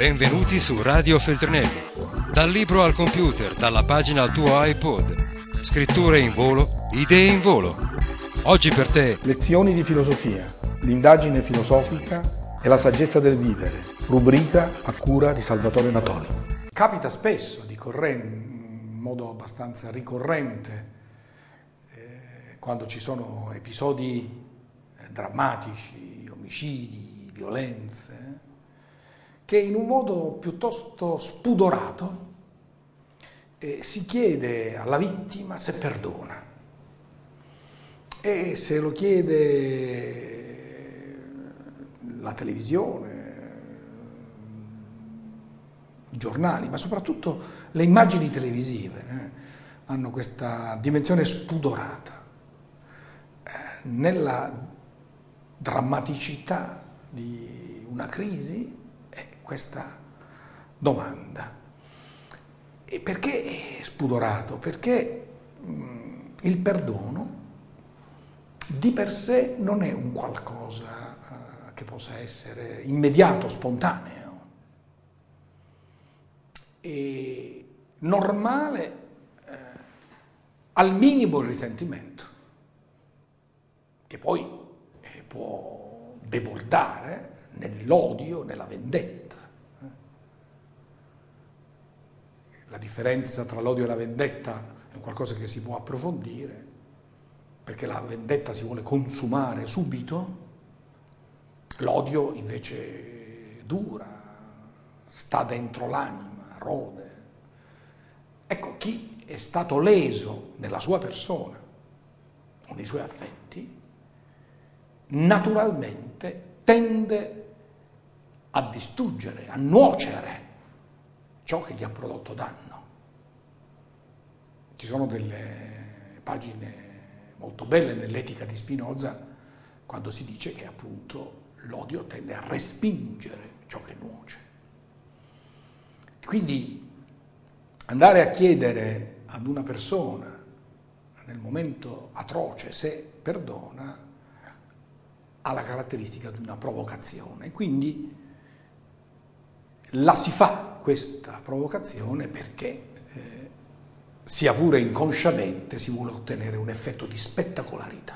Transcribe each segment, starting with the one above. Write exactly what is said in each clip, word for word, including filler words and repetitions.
Benvenuti su Radio Feltrinelli. Dal libro al computer, dalla pagina al tuo iPod. Scritture in volo, idee in volo. Oggi per te Lezioni di filosofia, l'indagine filosofica e la saggezza del vivere, rubrica a cura di Salvatore Natoli. Capita spesso, di corrente, in modo abbastanza ricorrente, eh, quando ci sono episodi eh, drammatici, omicidi, violenze, che in un modo piuttosto spudorato eh, si chiede alla vittima se perdona. E se lo chiede la televisione, i giornali, ma soprattutto le immagini televisive eh, hanno questa dimensione spudorata. Eh, nella drammaticità di una crisi è questa domanda. E perché è spudorato? Perché mh, il perdono di per sé non è un qualcosa uh, che possa essere immediato, spontaneo e normale, eh, al minimo il risentimento, che poi eh, può debordare nell'odio, nella vendetta. Eh. La differenza tra l'odio e la vendetta è qualcosa che si può approfondire, perché la vendetta si vuole consumare subito, l'odio invece dura, sta dentro l'anima, rode. Ecco, chi è stato leso nella sua persona o nei suoi affetti, naturalmente tende a distruggere, a nuocere ciò che gli ha prodotto danno. Ci sono delle pagine molto belle nell'Etica di Spinoza, quando si dice che appunto l'odio tende a respingere ciò che nuoce. Quindi andare a chiedere ad una persona nel momento atroce se perdona ha la caratteristica di una provocazione, quindi la si fa questa provocazione perché eh, sia pure inconsciamente si vuole ottenere un effetto di spettacolarità.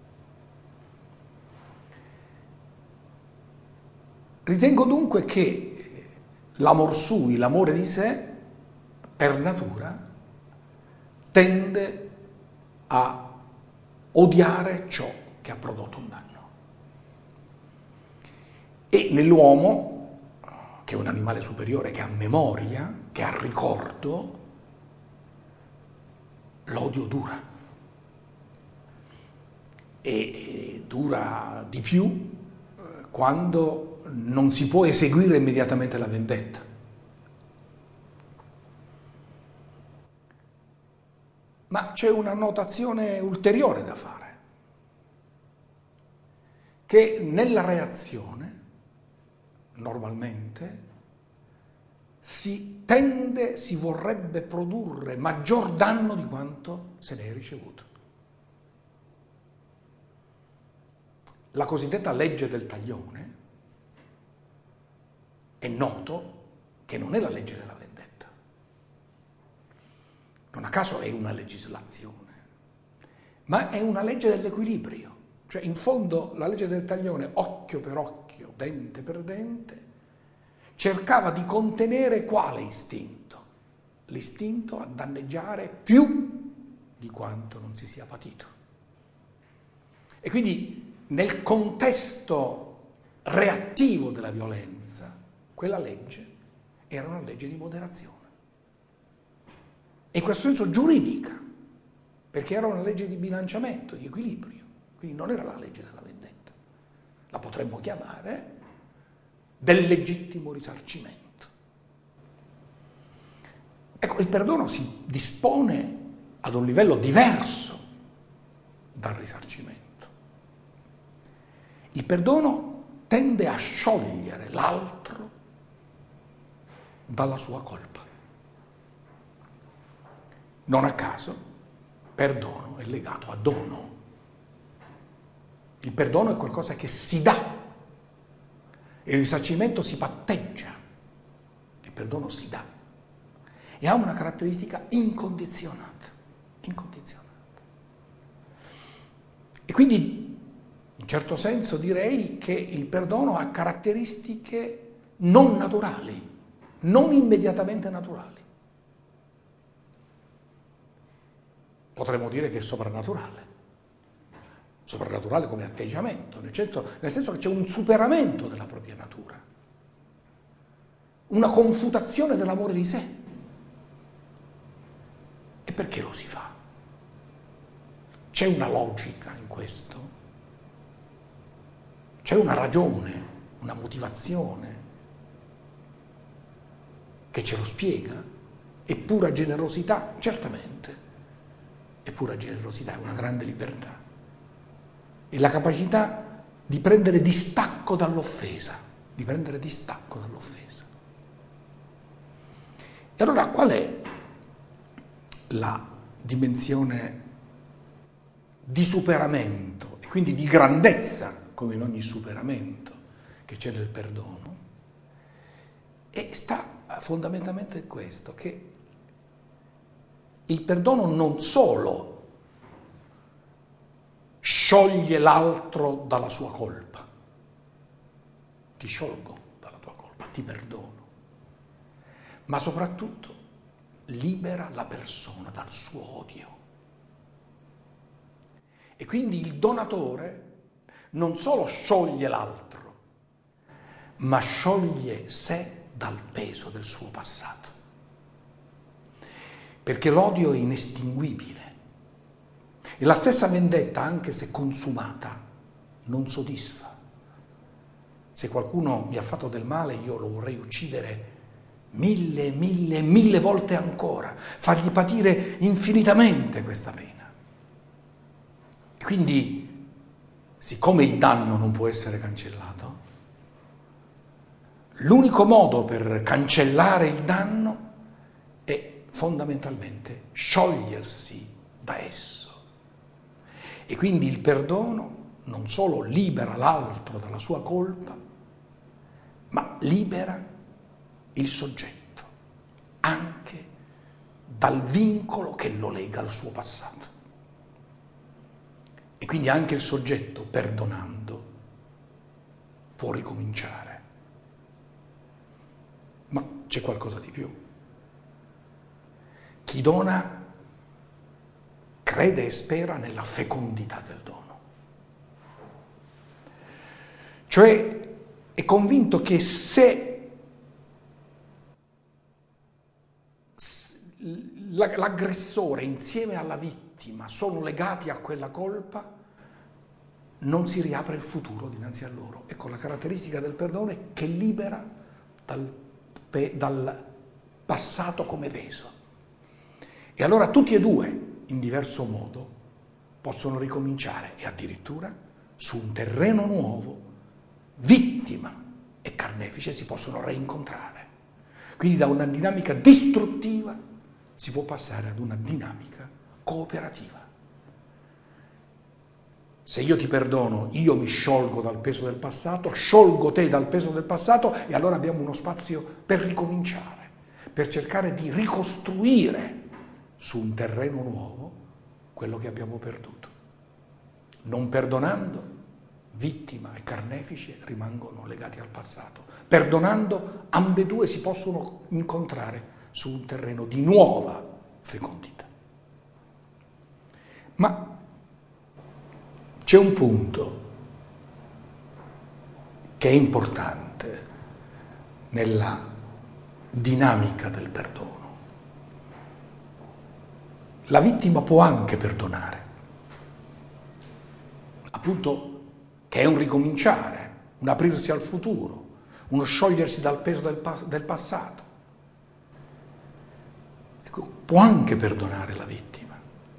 Ritengo dunque che l'amor sui, l'amore di sé, per natura, tende a odiare ciò che ha prodotto un danno. E nell'uomo, che è un animale superiore, che ha memoria, che ha ricordo, l'odio dura. E dura di più quando non si può eseguire immediatamente la vendetta. Ma c'è una notazione ulteriore da fare, che nella reazione normalmente si tende, si vorrebbe produrre maggior danno di quanto se ne è ricevuto. La cosiddetta legge del taglione è noto che non è la legge della vendetta. Non a caso è una legislazione, ma è una legge dell'equilibrio. Cioè, in fondo, la legge del taglione, occhio per occhio, dente per dente, cercava di contenere quale istinto? L'istinto a danneggiare più di quanto non si sia patito. E quindi, nel contesto reattivo della violenza, quella legge era una legge di moderazione. E in questo senso giuridica, perché era una legge di bilanciamento, di equilibrio. Quindi non era la legge della vendetta, la potremmo chiamare del legittimo risarcimento. Ecco, il perdono si dispone ad un livello diverso dal risarcimento. Il perdono tende a sciogliere l'altro dalla sua colpa. Non a caso, perdono è legato a dono. Il perdono è qualcosa che si dà, e il risarcimento si patteggia. perdono si dà e ha una caratteristica incondizionata, incondizionata. E quindi, in certo senso, direi che il perdono ha caratteristiche non naturali, non immediatamente naturali. Potremmo dire che è soprannaturale. Soprannaturale come atteggiamento, nel senso, nel senso che c'è un superamento della propria natura, una confutazione dell'amore di sé. E perché lo si fa? C'è una logica in questo? C'è una ragione, una motivazione che ce lo spiega? È pura generosità? Certamente, è pura generosità, è una grande libertà. È la capacità di prendere distacco dall'offesa, di prendere distacco dall'offesa. E allora qual è la dimensione di superamento e quindi di grandezza, come in ogni superamento che c'è nel perdono? E sta fondamentalmente in questo, che il perdono non solo scioglie l'altro dalla sua colpa, ti sciolgo dalla tua colpa, ti perdono, ma soprattutto libera la persona dal suo odio. E quindi il donatore non solo scioglie l'altro, ma scioglie sé dal peso del suo passato. Perché l'odio è inestinguibile. E la stessa vendetta, anche se consumata, non soddisfa. Se qualcuno mi ha fatto del male, io lo vorrei uccidere mille, mille, mille volte ancora, fargli patire infinitamente questa pena. Quindi, siccome il danno non può essere cancellato, l'unico modo per cancellare il danno è fondamentalmente sciogliersi da esso. E quindi il perdono non solo libera l'altro dalla sua colpa, ma libera il soggetto anche dal vincolo che lo lega al suo passato. E quindi anche il soggetto, perdonando, può ricominciare. Ma c'è qualcosa di più. Chi dona crede e spera nella fecondità del dono. Cioè è convinto che se l'aggressore insieme alla vittima sono legati a quella colpa, non si riapre il futuro dinanzi a loro. Ecco, la caratteristica del perdono è che libera dal, dal passato come peso. E allora tutti e due, in diverso modo, possono ricominciare e addirittura su un terreno nuovo, vittima e carnefice si possono reincontrare. Quindi da una dinamica distruttiva si può passare ad una dinamica cooperativa. Se io ti perdono, io mi sciolgo dal peso del passato, sciolgo te dal peso del passato e allora abbiamo uno spazio per ricominciare, per cercare di ricostruire su un terreno nuovo quello che abbiamo perduto. Non perdonando, vittima e carnefice rimangono legati al passato. Perdonando, ambedue si possono incontrare su un terreno di nuova fecondità. Ma c'è un punto che è importante nella dinamica del perdono. La vittima può anche perdonare, appunto che è un ricominciare, un aprirsi al futuro, uno sciogliersi dal peso del, pa- del passato. Ecco, può anche perdonare la vittima,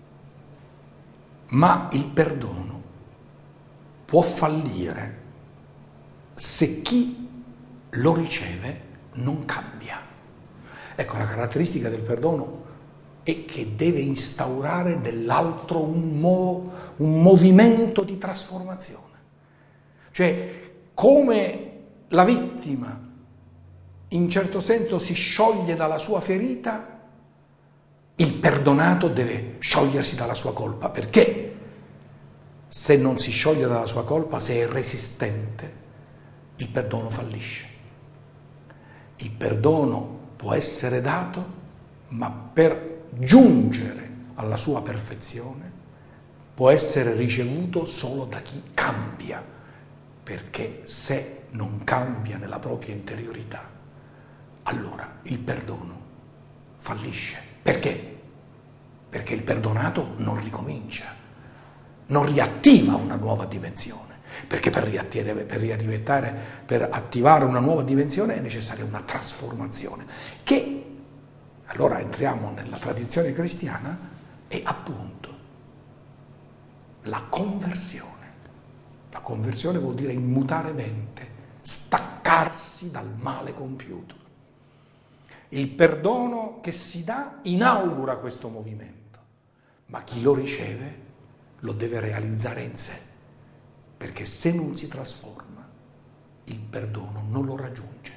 ma il perdono può fallire se chi lo riceve non cambia. Ecco, la caratteristica del perdono è che deve instaurare nell'altro un, mo- un movimento di trasformazione. Cioè, come la vittima in certo senso si scioglie dalla sua ferita, il perdonato deve sciogliersi dalla sua colpa. Perché? Se non si scioglie dalla sua colpa, se è resistente, il perdono fallisce. Il perdono può essere dato, ma per giungere alla sua perfezione può essere ricevuto solo da chi cambia, perché se non cambia nella propria interiorità, allora il perdono fallisce. Perché? Perché il perdonato non ricomincia, non riattiva una nuova dimensione, perché per, riattivare, per, riattivare, per attivare una nuova dimensione è necessaria una trasformazione, che, allora entriamo nella tradizione cristiana, è appunto la conversione. La conversione vuol dire immutare mente, staccarsi dal male compiuto. Il perdono che si dà inaugura questo movimento, ma chi lo riceve lo deve realizzare in sé, perché se non si trasforma, il perdono non lo raggiunge.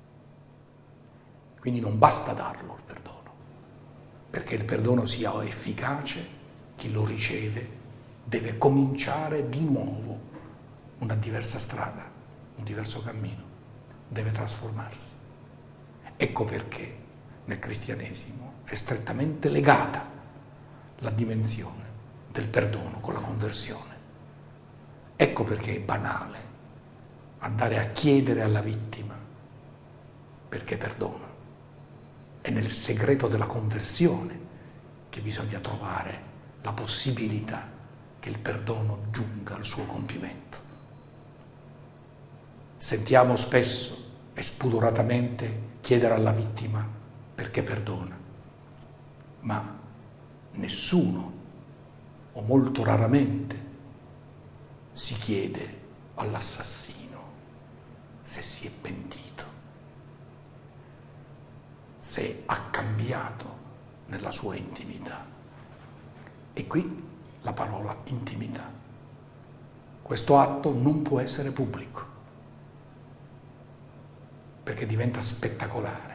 Quindi non basta darlo il perdono, perché il perdono sia efficace, chi lo riceve deve cominciare di nuovo una diversa strada, un diverso cammino, deve trasformarsi. Ecco perché nel cristianesimo è strettamente legata la dimensione del perdono con la conversione. Ecco perché è banale andare a chiedere alla vittima perché perdona. È nel segreto della conversione che bisogna trovare la possibilità che il perdono giunga al suo compimento. Sentiamo spesso e spudoratamente chiedere alla vittima perché perdona, ma nessuno o molto raramente si chiede all'assassino se si è pentito, se ha cambiato nella sua intimità. E qui la parola intimità. Questo atto non può essere pubblico, perché diventa spettacolare.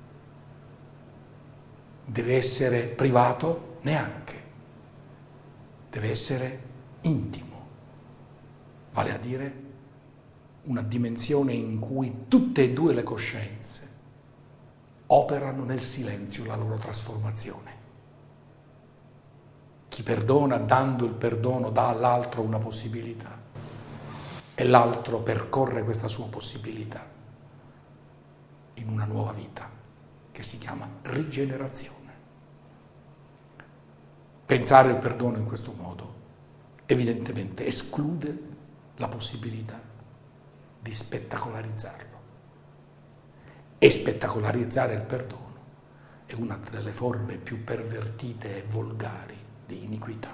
Deve essere privato? Neanche. Deve essere intimo, vale a dire una dimensione in cui tutte e due le coscienze operano nel silenzio la loro trasformazione. Chi perdona, dando il perdono, dà all'altro una possibilità e l'altro percorre questa sua possibilità in una nuova vita che si chiama rigenerazione. Pensare il perdono in questo modo evidentemente esclude la possibilità di spettacolarizzarlo. E spettacolarizzare il perdono è una delle forme più pervertite e volgari di iniquità.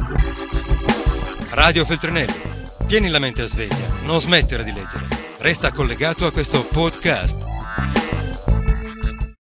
Radio Feltrinelli, tieni la mente a sveglia, non smettere di leggere. Resta collegato a questo podcast.